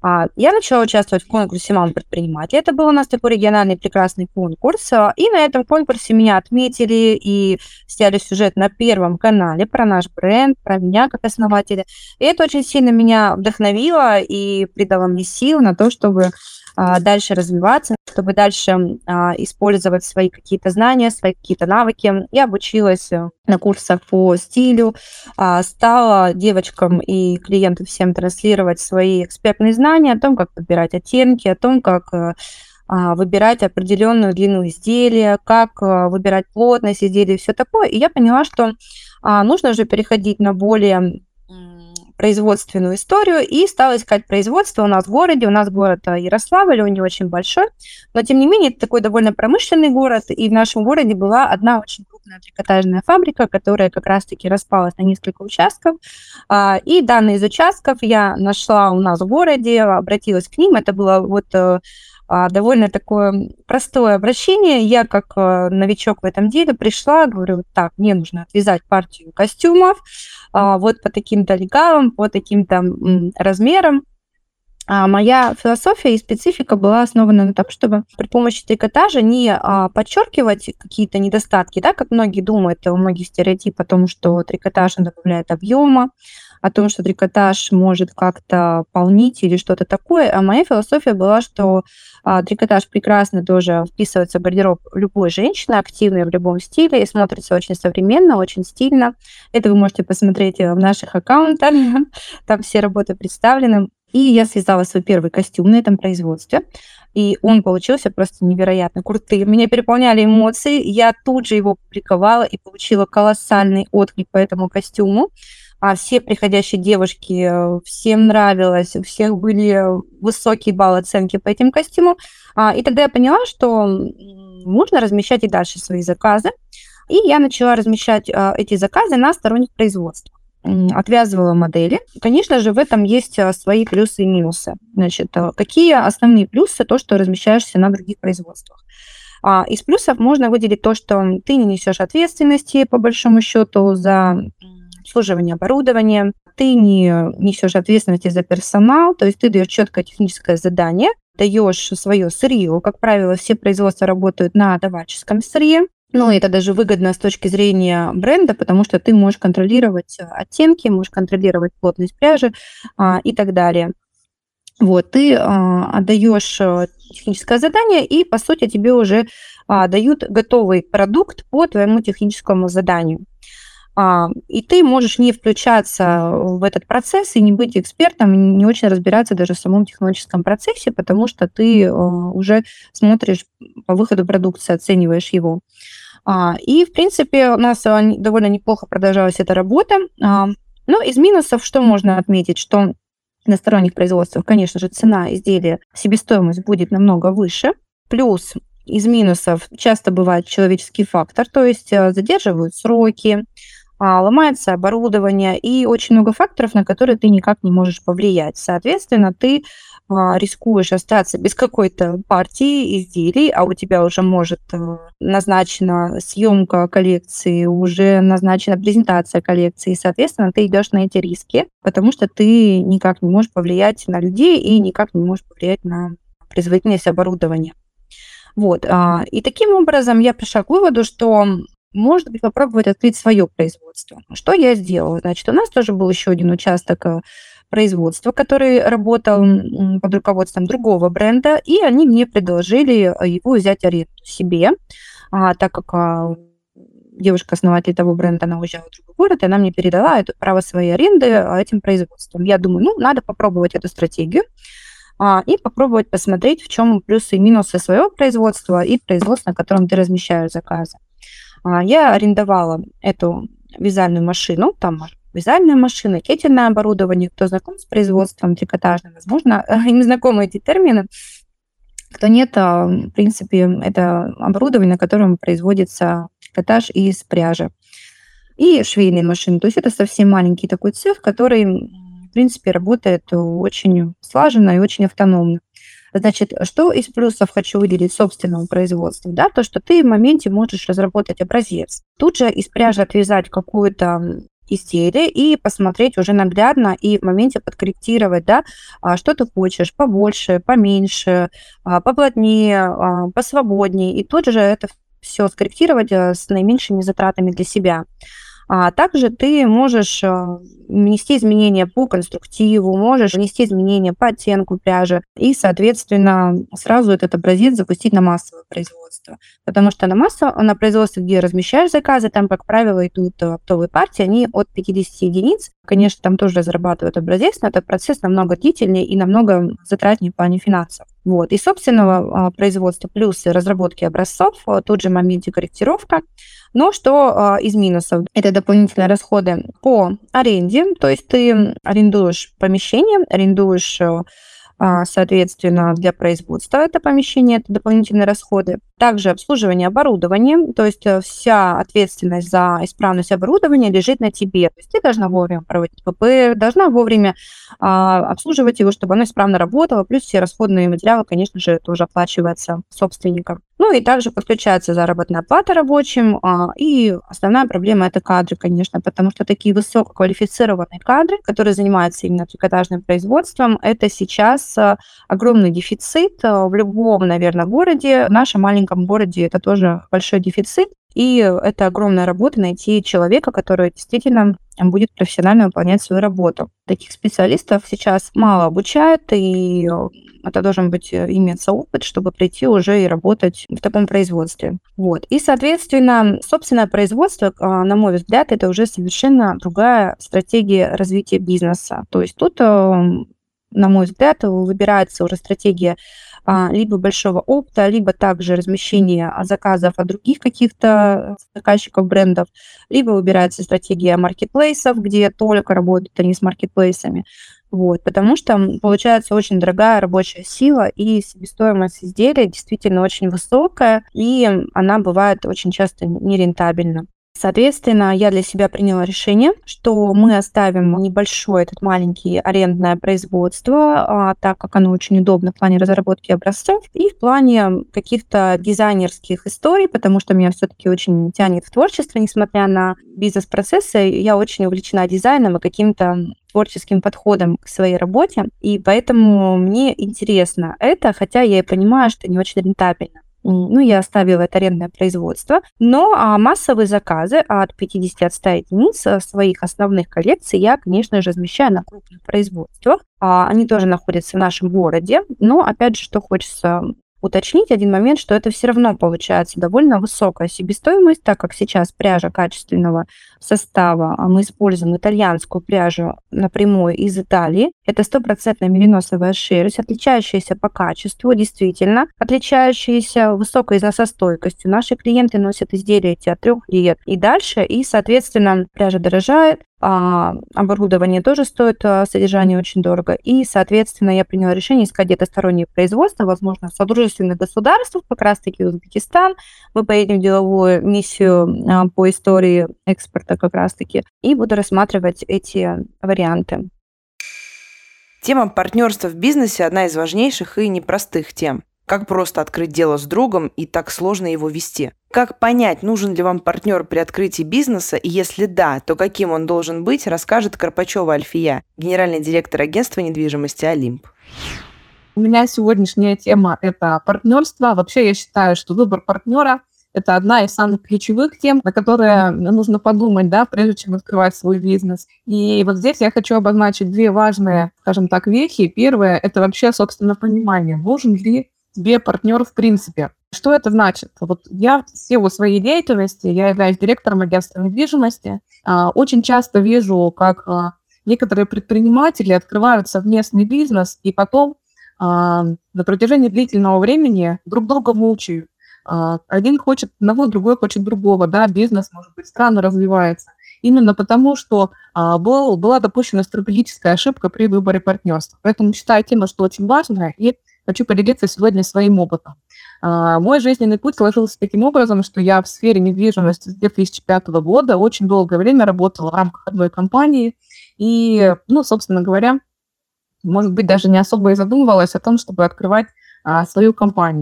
А, Я начала участвовать в конкурсе «Мама предприниматель». Это был у нас такой региональный прекрасный конкурс. а, И на этом конкурсе меня отметили и сняли сюжет на Первом канале про наш бренд, про меня как основателя. И это очень сильно меня вдохновило и придало мне сил на то, чтобы а, дальше развиваться, чтобы дальше а, использовать свои какие-то знания, свои какие-то навыки. Я обучилась э, на курсах по стилю, а, стала девочкам и клиентам всем транслировать свои экспертные знания о том, как подбирать оттенки, о том, как э, а, выбирать определенную длину изделия, как а, выбирать плотность изделия и все такое. И я поняла, что а, нужно уже переходить на более производственную историю и стала искать производство у нас в городе. У нас город э, Ярославль, он не очень большой, но тем не менее это такой довольно промышленный город, и в нашем городе была одна очень крупная трикотажная фабрика, которая как раз-таки распалась на несколько участков. А, И данные из участков я нашла у нас в городе, обратилась к ним. Это было вот э, а, довольно такое простое обращение. Я, как э, новичок в этом деле, пришла, говорю, вот так, мне нужно отвязать партию костюмов, а, вот по таким-то лекалам, по таким-то м, размерам. А моя философия и специфика была основана на том, чтобы при помощи трикотажа не а, подчеркивать какие-то недостатки, да, как многие думают, у многих стереотип о том, что трикотаж он добавляет объема, о том, что трикотаж может как-то полнить или что-то такое. А моя философия была, что а, трикотаж прекрасно тоже вписывается в гардероб любой женщины, активной в любом стиле, и смотрится очень современно, очень стильно. Это вы можете посмотреть в наших аккаунтах, там все работы представлены. И я связала свой первый костюм на этом производстве, и он получился просто невероятно крутым. Меня переполняли эмоции, я тут же его публиковала и получила колоссальный отклик по этому костюму. А все приходящие девушки, э, всем нравилось, у всех были высокие баллы оценки по этим костюмам. А, И тогда я поняла, что м, можно размещать и дальше свои заказы. И я начала размещать а, эти заказы на сторонних производствах. М, Отвязывала модели. Конечно же, в этом есть а, свои плюсы и минусы. Значит, а, какие основные плюсы то, что размещаешься на других производствах? А, Из плюсов можно выделить то, что ты не несешь ответственности, по большому счету, за м, обслуживание оборудования, ты не несешь ответственности за персонал, то есть ты даешь четкое техническое задание, даешь свое сырье. Как правило, все производства работают на товарищеском сырье. Ну, это даже выгодно с точки зрения бренда, потому что ты можешь контролировать э, оттенки, можешь контролировать плотность пряжи а, и так далее. Вот, ты а, отдаешь э, техническое задание, и, по сути, тебе уже а, дают готовый продукт по твоему техническому заданию. А, И ты можешь не включаться в этот процесс и не быть экспертом, и не очень разбираться даже в самом технологическом процессе, потому что ты э, уже смотришь по выходу продукции, оцениваешь его. А, И, в принципе, у нас а, не- довольно неплохо продолжалась эта работа. А, Но из минусов что можно отметить? Что на сторонних производствах, конечно же, цена изделия, себестоимость будет намного выше. Плюс из минусов часто бывает человеческий фактор, то есть э, задерживают сроки, а, ломается оборудование и очень много факторов, на которые ты никак не можешь повлиять. Соответственно, ты а, рискуешь остаться без какой-то партии изделий, а у тебя уже может э, назначена съемка коллекции, уже назначена презентация коллекции, и, соответственно, ты идешь на эти риски, потому что ты никак не можешь повлиять на людей и никак не можешь повлиять на производительность оборудования. Вот. а, И таким образом я пришла к выводу, что может быть попробовать открыть свое производство. Что я сделала? Значит, у нас тоже был еще один участок э, производства, который работал м, под руководством другого бренда, и они мне предложили э, его взять аренду себе, а, так как а, девушка-основатель того бренда, она уезжала в другой город, и она мне передала это право своей аренды а, этим производством. Я думаю, ну, надо попробовать эту стратегию а, и попробовать посмотреть, в чем плюсы и минусы своего производства и производства, на котором ты размещаешь заказы. А, Я арендовала эту вязальную машину, там вязальная машина, кетельное оборудование. Кто знаком с производством трикотажным, возможно, им знакомы эти термины. Кто нет, а, в принципе, это оборудование, на котором производится трикотаж из пряжи. И швейные машины. То есть это совсем маленький такой цех, который, м, в принципе, работает очень слаженно и очень автономно. Значит, что из плюсов хочу выделить собственного производства? Да, то, что ты в моменте можешь разработать образец. Тут же из пряжи отвязать какую-то изделий и посмотреть уже наглядно и в моменте подкорректировать, да, а, что ты хочешь, побольше, поменьше, а, поплотнее, а, посвободнее, и тут же это все скорректировать а, с наименьшими затратами для себя. А также ты можешь а, внести изменения по конструктиву, можешь внести изменения по оттенку пряжи и, соответственно, сразу этот образец запустить на массовое производство. Потому что на массовое, на производстве, где размещаешь заказы, там, как правило, идут оптовые партии, они от пятидесяти единиц. Конечно, там тоже разрабатывают образец, но этот процесс намного длительнее и намного затратнее в плане финансов. Вот. И собственного производства плюс разработки образцов, тот же моменте корректировка. Но что из минусов? Это дополнительные расходы по аренде, то есть ты арендуешь помещение, арендуешь, соответственно, для производства это помещение, это дополнительные расходы. Также обслуживание оборудования, то есть вся ответственность за исправность оборудования лежит на тебе. То есть ты должна вовремя проводить ПП, должна вовремя а, обслуживать его, чтобы оно исправно работало, плюс все расходные материалы, конечно же, тоже оплачиваются собственником. Ну и также подключается заработная плата рабочим, а, и основная проблема – это кадры, конечно, потому что такие высококвалифицированные кадры, которые занимаются именно трикотажным производством, это сейчас огромный дефицит в любом, наверное, городе. В нашем маленьком городе это тоже большой дефицит, и это огромная работа найти человека, который действительно будет профессионально выполнять свою работу. Таких специалистов сейчас мало обучают, и это должен быть иметься опыт, чтобы прийти уже и работать в таком производстве. Вот. И, соответственно, собственное производство, на мой взгляд, это уже совершенно другая стратегия развития бизнеса. То есть тут, на мой взгляд, выбирается уже стратегия либо большого опыта, либо также размещение заказов от других каких-то заказчиков брендов, либо выбирается стратегия маркетплейсов, где только работают они с маркетплейсами. Вот, потому что получается очень дорогая рабочая сила, и себестоимость изделия действительно очень высокая, и она бывает очень часто нерентабельна. Соответственно, я для себя приняла решение, что мы оставим небольшое, этот маленький арендное производство, а, так как оно очень удобно в плане разработки образцов и в плане каких-то дизайнерских историй, потому что меня все-таки очень тянет в творчество, несмотря на бизнес-процессы. Я очень увлечена дизайном и каким-то творческим подходом к своей работе, и поэтому мне интересно это, хотя я и понимаю, что не очень рентабельно. Ну, я оставила это арендное производство, но а массовые заказы от пятидесяти от ста единиц своих основных коллекций я, конечно же, размещаю на крупных производствах. А они тоже находятся в нашем городе, но, опять же, что хочется уточнить один момент, что это все равно получается довольно высокая себестоимость, так как сейчас пряжа качественного состава, мы используем итальянскую пряжу напрямую из Италии. Это стопроцентная мериносовая шерсть, отличающаяся по качеству, действительно, отличающаяся высокой износостойкостью. Наши клиенты носят изделия эти от трех лет и дальше, и, соответственно, пряжа дорожает, а оборудование тоже стоит, содержание очень дорого. И, соответственно, я приняла решение искать где-то сторонние производства, возможно, в содружественных государствах, как раз-таки Узбекистан. Мы поедем в деловую миссию по истории экспорта как раз-таки, и буду рассматривать эти варианты. Тема партнерства в бизнесе – одна из важнейших и непростых тем. Как просто открыть дело с другом и так сложно его вести? Как понять, нужен ли вам партнер при открытии бизнеса, и если да, то каким он должен быть, расскажет Карпачева Альфия, генеральный директор агентства недвижимости «Олимп». У меня сегодняшняя тема – это партнерство. Вообще я считаю, что выбор партнера – это одна из самых ключевых тем, на которые нужно подумать, да, прежде чем открывать свой бизнес. И вот здесь я хочу обозначить две важные, скажем так, вехи. Первое – это вообще, собственно, понимание, нужен ли тебе партнер в принципе. Что это значит? Вот я в силу своей деятельности, я являюсь директором агентства недвижимости, очень часто вижу, как некоторые предприниматели открывают совместный бизнес и потом на протяжении длительного времени друг друга мучают. Один хочет одного, другой хочет другого, да, бизнес, может быть, странно развивается. Именно потому, что а, был, была допущена стратегическая ошибка при выборе партнерства. Поэтому считаю тему, что очень важная, и хочу поделиться сегодня своим опытом. А, мой жизненный путь сложился таким образом, что я в сфере недвижимости с две тысячи пятого года очень долгое время работала в рамках одной компании, и, ну, собственно говоря, может быть, даже не особо и задумывалась о том, чтобы открывать а, свою компанию.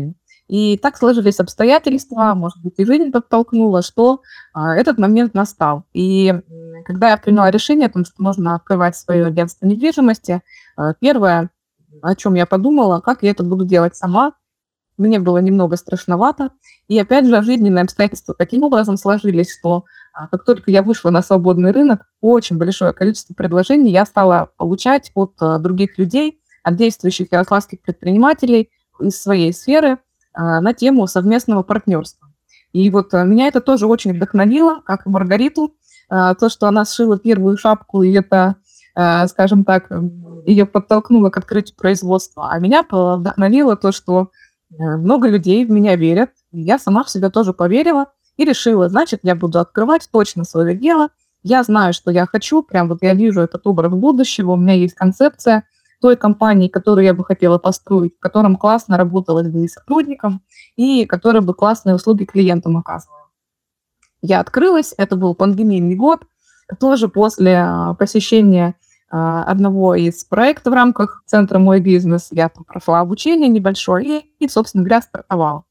И так сложились обстоятельства, может быть, и жизнь подтолкнула, что а, этот момент настал. И м, когда я приняла решение о том, что можно открывать свое агентство недвижимости, а, первое, о чем я подумала, как я это буду делать сама, мне было немного страшновато. И опять же, жизненные обстоятельства таким образом сложились, что а, как только я вышла на свободный рынок, очень большое количество предложений я стала получать от а, других людей, от действующих ярославских предпринимателей из своей сферы а, на тему совместного партнерства. И вот а, меня это тоже очень вдохновило, как и Маргариту, а, то, что она сшила первую шапку, и это, а, скажем так, м, ее подтолкнуло к открытию производства. А меня по- вдохновило то, что а, много людей в меня верят. И я сама в себя тоже поверила и решила, значит, я буду открывать точно свое дело. Я знаю, что я хочу, прям вот я вижу этот образ будущего, у меня есть концепция той компании, которую я бы хотела построить, в котором классно работала бы и сотрудникам, и которая бы классные услуги клиентам оказывала. Я открылась, это был пандемийный год, тоже после а, посещения а, одного из проектов в рамках центра «Мой бизнес» я там прошла обучение небольшое и, и, собственно говоря, стартовала.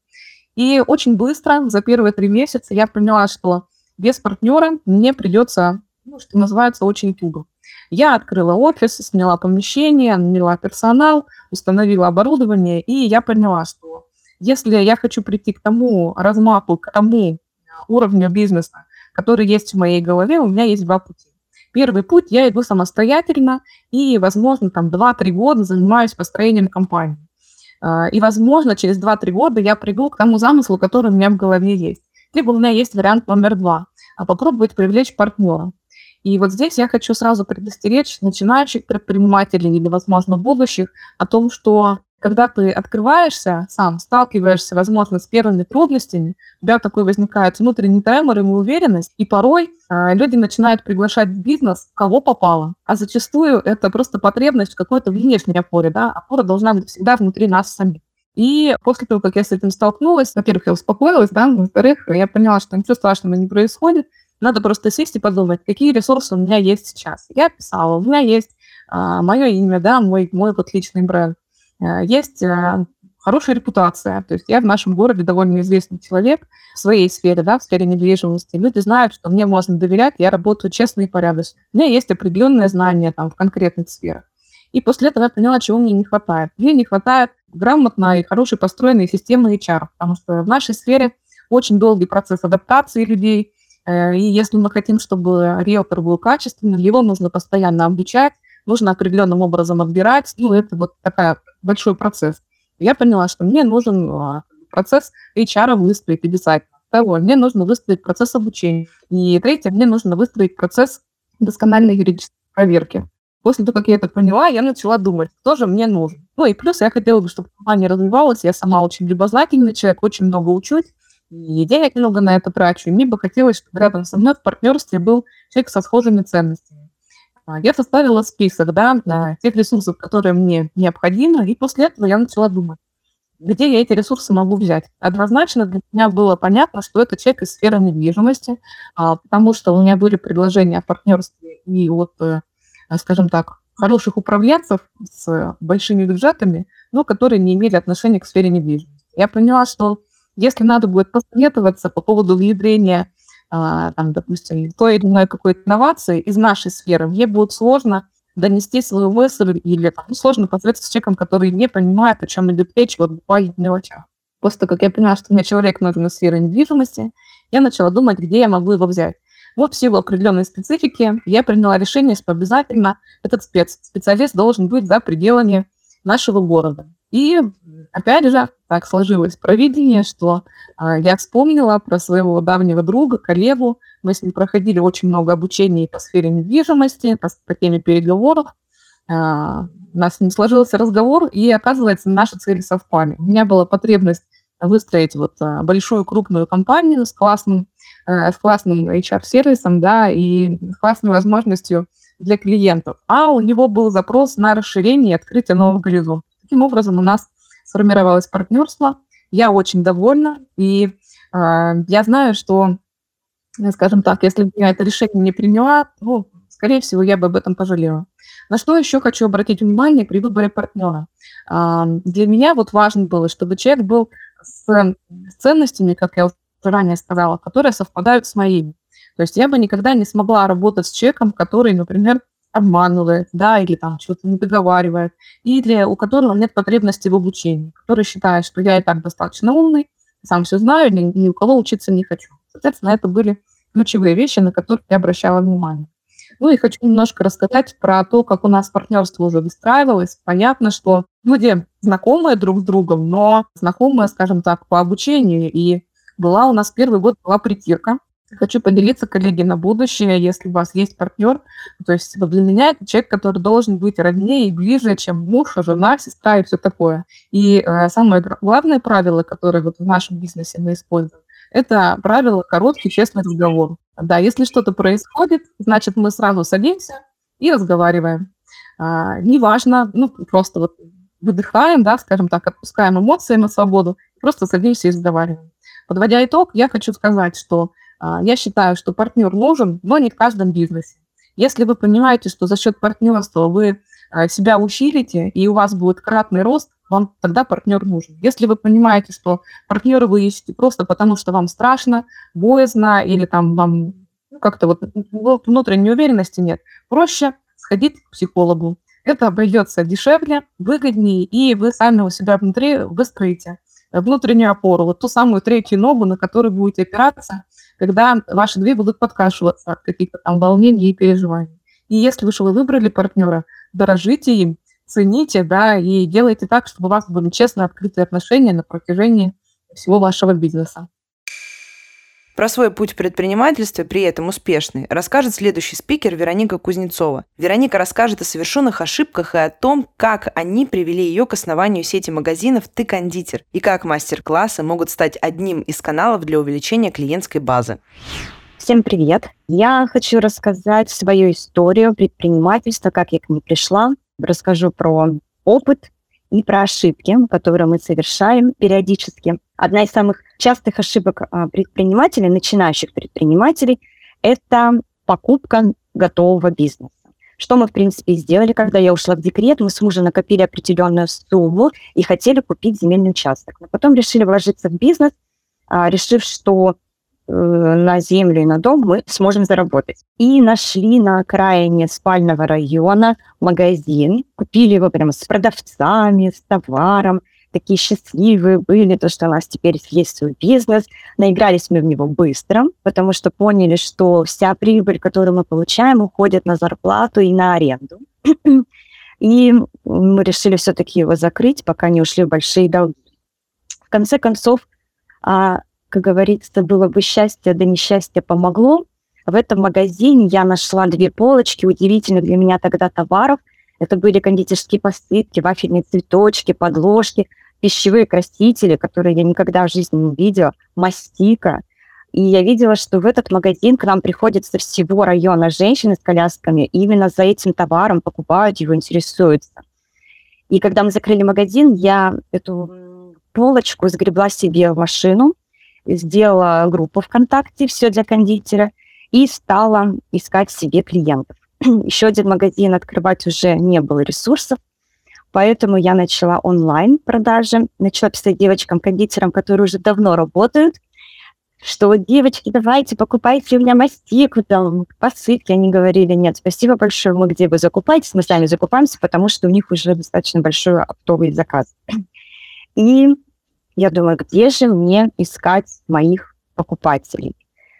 И очень быстро, за первые три месяца, я поняла, что без партнера мне придется, ну, что называется, очень туго. Я открыла офис, сняла помещение, наняла персонал, установила оборудование, и я поняла, что если я хочу прийти к тому размаху, к тому уровню бизнеса, который есть в моей голове, у меня есть два пути. Первый путь – я иду самостоятельно и, возможно, там два-три года занимаюсь построением компании. А, И, возможно, через два-три года я приду к тому замыслу, который у меня в голове есть. Либо у меня есть вариант номер два – а попробовать привлечь партнера. И вот здесь я хочу сразу предостеречь начинающих предпринимателей или, возможно, будущих о том, что когда ты открываешься сам, сталкиваешься, возможно, с первыми трудностями, у тебя такой возникает внутренний тремор и неуверенность, и порой а, люди начинают приглашать в бизнес кого попало. А зачастую это просто потребность в какой-то внешней опоре, да, опора должна быть всегда внутри нас самих. И после того, как я с этим столкнулась, во-первых, я успокоилась, да, во-вторых, я поняла, что ничего страшного не происходит, надо просто сесть и подумать, какие ресурсы у меня есть сейчас. Я писала, у меня есть а, мое имя, да, мой, мой вот личный бренд. А, есть а, хорошая репутация. То есть я в нашем городе довольно известный человек в своей сфере, да, в сфере недвижимости. Люди знают, что мне можно доверять, я работаю честно и порядочно. У меня есть определенные знания там в конкретных сферах. И после этого я поняла, чего мне не хватает. Мне не хватает грамотной и хорошей построенной системы эйч ар, потому что в нашей сфере очень долгий процесс адаптации людей. И если мы хотим, чтобы риэлтор был качественным, его нужно постоянно обучать, нужно определенным образом отбирать. Ну, это вот такой большой процесс. Я поняла, что мне нужен процесс эйч ар выстроить обязательно. Второе, мне нужно выстроить процесс обучения. И третье, мне нужно выстроить процесс доскональной юридической проверки. После того, как я это поняла, я начала думать, что же мне нужно. Ну и плюс я хотела бы, чтобы компания развивалась. Я сама очень любознательный человек, очень много учусь. И денег много на это трачу. И мне бы хотелось, чтобы рядом со мной в партнерстве был человек со схожими ценностями. Я составила список, да, тех ресурсов, которые мне необходимы, и после этого я начала думать, где я эти ресурсы могу взять. Однозначно для меня было понятно, что это человек из сферы недвижимости, потому что у меня были предложения о партнерстве и от, скажем так, хороших управленцев с большими бюджетами, но которые не имели отношения к сфере недвижимости. Я поняла, что если надо будет посоветоваться по поводу внедрения, а, там, допустим, той или иной какой-то инновации из нашей сферы, мне будет сложно донести свою мысль или там, сложно посоветоваться с человеком, который не понимает, о чем идет речь, вот буквально в мелочах. После того, как я поняла, что мне человек нужен из сферы недвижимости, я начала думать, где я могу его взять. Вот в силу определенной специфики я приняла решение, что обязательно этот спец, специалист должен быть за пределами нашего города. И опять же, так сложилось провидение, что э, я вспомнила про своего давнего друга, коллегу. Мы с ним проходили очень много обучений по сфере недвижимости, по, по теме переговоров. Э, у нас с ним сложился разговор, и, оказывается, наши цели совпали. У меня была потребность выстроить вот э, большую крупную компанию с классным, э, с классным эйч ар-сервисом, да, и с классной возможностью для клиентов. А у него был запрос на расширение и открытие новых горизонтов. Таким образом, у нас сформировалось партнерство. Я очень довольна. И э, я знаю, что, скажем так, если бы я это решение не приняла, ну, скорее всего, я бы об этом пожалела. На что еще хочу обратить внимание при выборе партнера. Э, для меня вот важно было, чтобы человек был с ценностями, как я уже ранее сказала, которые совпадают с моими. То есть я бы никогда не смогла работать с человеком, который, например, обманывает, да, или там что-то не договаривает, или у которого нет потребности в обучении, который считает, что я и так достаточно умный, сам все знаю, и ни у кого учиться не хочу. Соответственно, это были ключевые вещи, на которые я обращала внимание. Ну и хочу немножко рассказать про то, как у нас партнерство уже выстраивалось. Понятно, что люди знакомые друг с другом, но знакомые, скажем так, по обучению. И была у нас первый год была притирка. Хочу поделиться, коллеги, на будущее, если у вас есть партнер. То есть для меня это человек, который должен быть роднее и ближе, чем муж, жена, сестра и все такое. И э, самое главное правило, которое вот в нашем бизнесе мы используем, это правило короткий, честный разговор. Да, если что-то происходит, значит, мы сразу садимся и разговариваем. А, неважно, ну, просто вот выдыхаем, да, скажем так, отпускаем эмоции на свободу, просто садимся и разговариваем. Подводя итог, я хочу сказать, что а, я считаю, что партнер нужен, но не в каждом бизнесе. Если вы понимаете, что за счет партнерства вы а, себя усилите, и у вас будет кратный рост, вам тогда партнер нужен. Если вы понимаете, что партнера вы ищете просто потому, что вам страшно, боязно, или там вам ну, как-то вот внутренней уверенности нет, проще сходить к психологу. Это обойдется дешевле, выгоднее, и вы сами у себя внутри выстроите внутреннюю опору, вот ту самую третью ногу, на которую будете опираться, когда ваши две будут подкашиваться от каких-то там волнений и переживаний. И если вы, вы выбрали партнера, дорожите им, цените, да, и делайте так, чтобы у вас были честные, открытые отношения на протяжении всего вашего бизнеса. Про свой путь в предпринимательстве, при этом успешный, расскажет следующий спикер Вероника Кузнецова. Вероника расскажет о совершенных ошибках и о том, как они привели ее к основанию сети магазинов «Ты кондитер» и как мастер-классы могут стать одним из каналов для увеличения клиентской базы. Всем привет! Я хочу рассказать свою историю предпринимательства, как я к ней пришла. Расскажу про опыт и про ошибки, которые мы совершаем периодически. Одна из самых частых ошибок предпринимателей, начинающих предпринимателей, это покупка готового бизнеса. Что мы, в принципе, сделали, когда я ушла в декрет, мы с мужем накопили определенную сумму и хотели купить земельный участок. Но потом решили вложиться в бизнес, решив, что на землю и на дом мы сможем заработать. И нашли на окраине спального района магазин, купили его прямо с продавцами, с товаром, такие счастливые были, то, что у нас теперь есть свой бизнес. Наигрались мы в него быстро, потому что поняли, что вся прибыль, которую мы получаем, уходит на зарплату и на аренду. И мы решили все-таки его закрыть, пока не ушли в большие долги. В конце концов, как говорится, было бы счастье, да несчастье помогло. В этом магазине я нашла две полочки удивительных для меня тогда товаров. Это были кондитерские посыпки, вафельные цветочки, подложки, пищевые красители, которые я никогда в жизни не видела, мастика. И я видела, что в этот магазин к нам приходят со всего района женщины с колясками, и именно за этим товаром покупают его, интересуются. И когда мы закрыли магазин, я эту полочку сгребла себе в машину, сделала группу ВКонтакте «Все для кондитера» и стала искать себе клиентов. Еще один магазин открывать уже не было ресурсов, поэтому я начала онлайн-продажи, начала писать девочкам-кондитерам, которые уже давно работают, что девочки, давайте, покупайте у меня мастику, там, посыпки. Они говорили, нет, спасибо большое, мы где вы закупаетесь, мы сами закупаемся, потому что у них уже достаточно большой оптовый заказ. И я думаю, где же мне искать моих покупателей?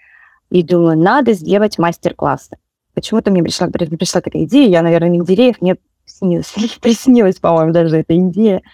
И думаю, надо сделать мастер-классы. Почему-то мне пришла, пришла такая идея, я, наверное, не деревьев, мне снилось, приснилась, по-моему, даже эта идея.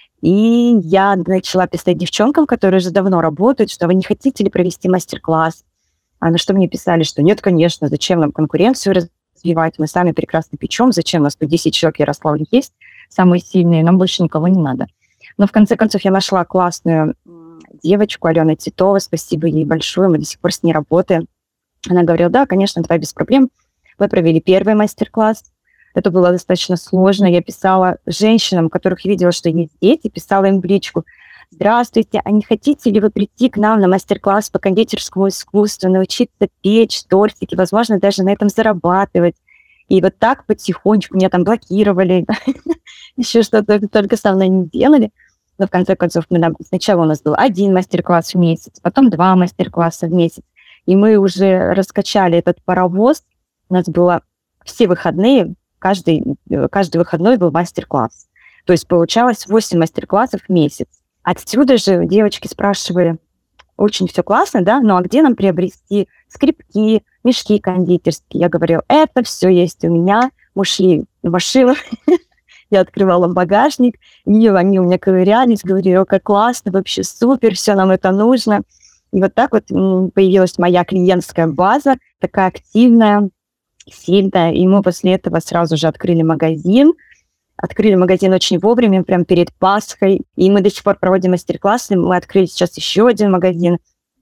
И я начала писать девчонкам, которые уже давно работают, что вы не хотите ли провести мастер-класс? А на что мне писали, что нет, конечно, зачем нам конкуренцию развивать, мы сами прекрасно печем, зачем у нас сто десять человек в Ярославле есть, самые сильные, нам больше никого не надо. Но в конце концов я нашла классную девочку, Алена Титова, спасибо ей большое, мы до сих пор с ней работаем. Она говорила, да, конечно, давай без проблем. Мы провели первый мастер-класс. Это было достаточно сложно. Я писала женщинам, которых видела, что есть дети, писала им в личку, здравствуйте, а не хотите ли вы прийти к нам на мастер-класс по кондитерскому искусству, научиться печь тортики, возможно, даже на этом зарабатывать. И вот так потихонечку меня там блокировали, еще что-то только со мной не делали. Но в конце концов, мы, сначала у нас был один мастер-класс в месяц, потом два мастер-класса в месяц. И мы уже раскачали этот паровоз. У нас было все выходные, каждый, каждый выходной был мастер-класс. То есть получалось восемь мастер-классов в месяц. Отсюда же девочки спрашивали, очень все классно, да, ну а где нам приобрести скрипки, мешки кондитерские? Я говорила, это все есть у меня. Мы шли в машину, я открывала багажник, и они у меня ковырялись, говорили, о, как классно, вообще супер, все нам это нужно. И вот так вот появилась моя клиентская база, такая активная, сильная, и мы после этого сразу же открыли магазин. Открыли магазин очень вовремя, прямо перед Пасхой, и мы до сих пор проводим мастер-классы. Мы открыли сейчас еще один магазин,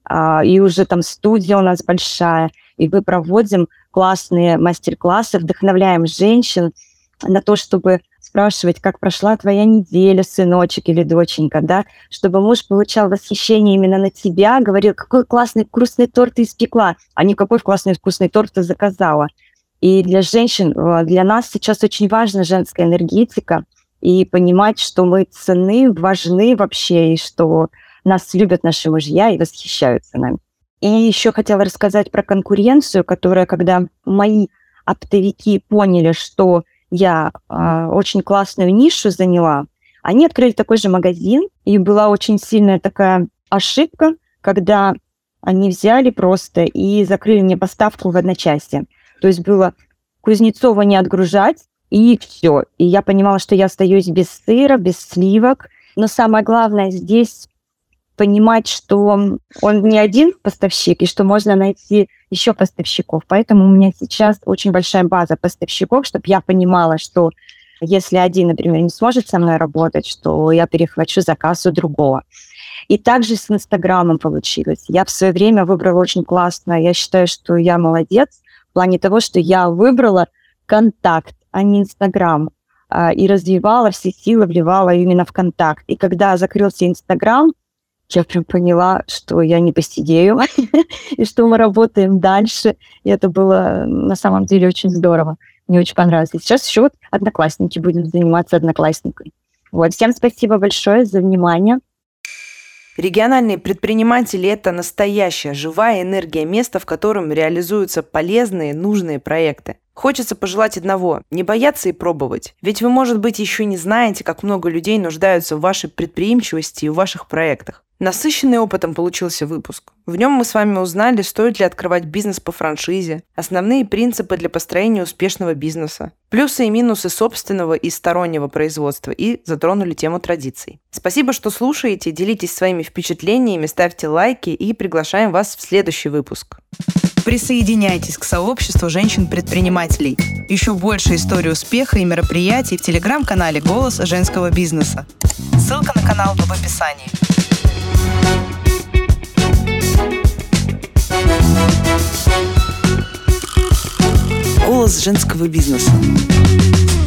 и уже там студия у нас большая, и мы проводим классные мастер-классы, вдохновляем женщин на то, чтобы спрашивать, как прошла твоя неделя, сыночек или доченька, да, чтобы муж получал восхищение именно на тебя, говорил, какой классный вкусный торт ты испекла, а не какой классный вкусный торт ты заказала. И для женщин, для нас сейчас очень важна женская энергетика и понимать, что мы ценны, важны вообще, и что нас любят наши мужья и восхищаются нами. И еще хотела рассказать про конкуренцию, которая, когда мои оптовики поняли, что я э, очень классную нишу заняла, они открыли такой же магазин, и была очень сильная такая ошибка, когда они взяли просто и закрыли мне поставку в одночасье. То есть было Кузнецова не отгружать, и все. И я понимала, что я остаюсь без сыра, без сливок. Но самое главное здесь понимать, что он не один поставщик, и что можно найти еще поставщиков. Поэтому у меня сейчас очень большая база поставщиков, чтобы я понимала, что если один, например, не сможет со мной работать, что я перехвачу заказ у другого. И также с Инстаграмом получилось. Я в свое время выбрала очень классно. Я считаю, что я молодец в плане того, что я выбрала контакт, а не Инстаграм. И развивала все силы, вливала именно в контакт. И когда закрылся Инстаграм, я прям поняла, что я не посидею, и что мы работаем дальше. И это было на самом деле очень здорово. Мне очень понравилось. И сейчас еще вот одноклассники будем заниматься одноклассниками. Вот. Всем спасибо большое за внимание. Региональные предприниматели – это настоящая, живая энергия места, в котором реализуются полезные, нужные проекты. Хочется пожелать одного – не бояться и пробовать. Ведь вы, может быть, еще не знаете, как много людей нуждаются в вашей предприимчивости и в ваших проектах. Насыщенный опытом получился выпуск. В нем мы с вами узнали, стоит ли открывать бизнес по франшизе, основные принципы для построения успешного бизнеса, плюсы и минусы собственного и стороннего производства, и затронули тему традиций. Спасибо, что слушаете, делитесь своими впечатлениями, ставьте лайки и приглашаем вас в следующий выпуск. Присоединяйтесь к сообществу женщин-предпринимателей. Еще больше историй успеха и мероприятий в телеграм-канале «Голос женского бизнеса». Ссылка на канал в описании. Голос женского бизнеса.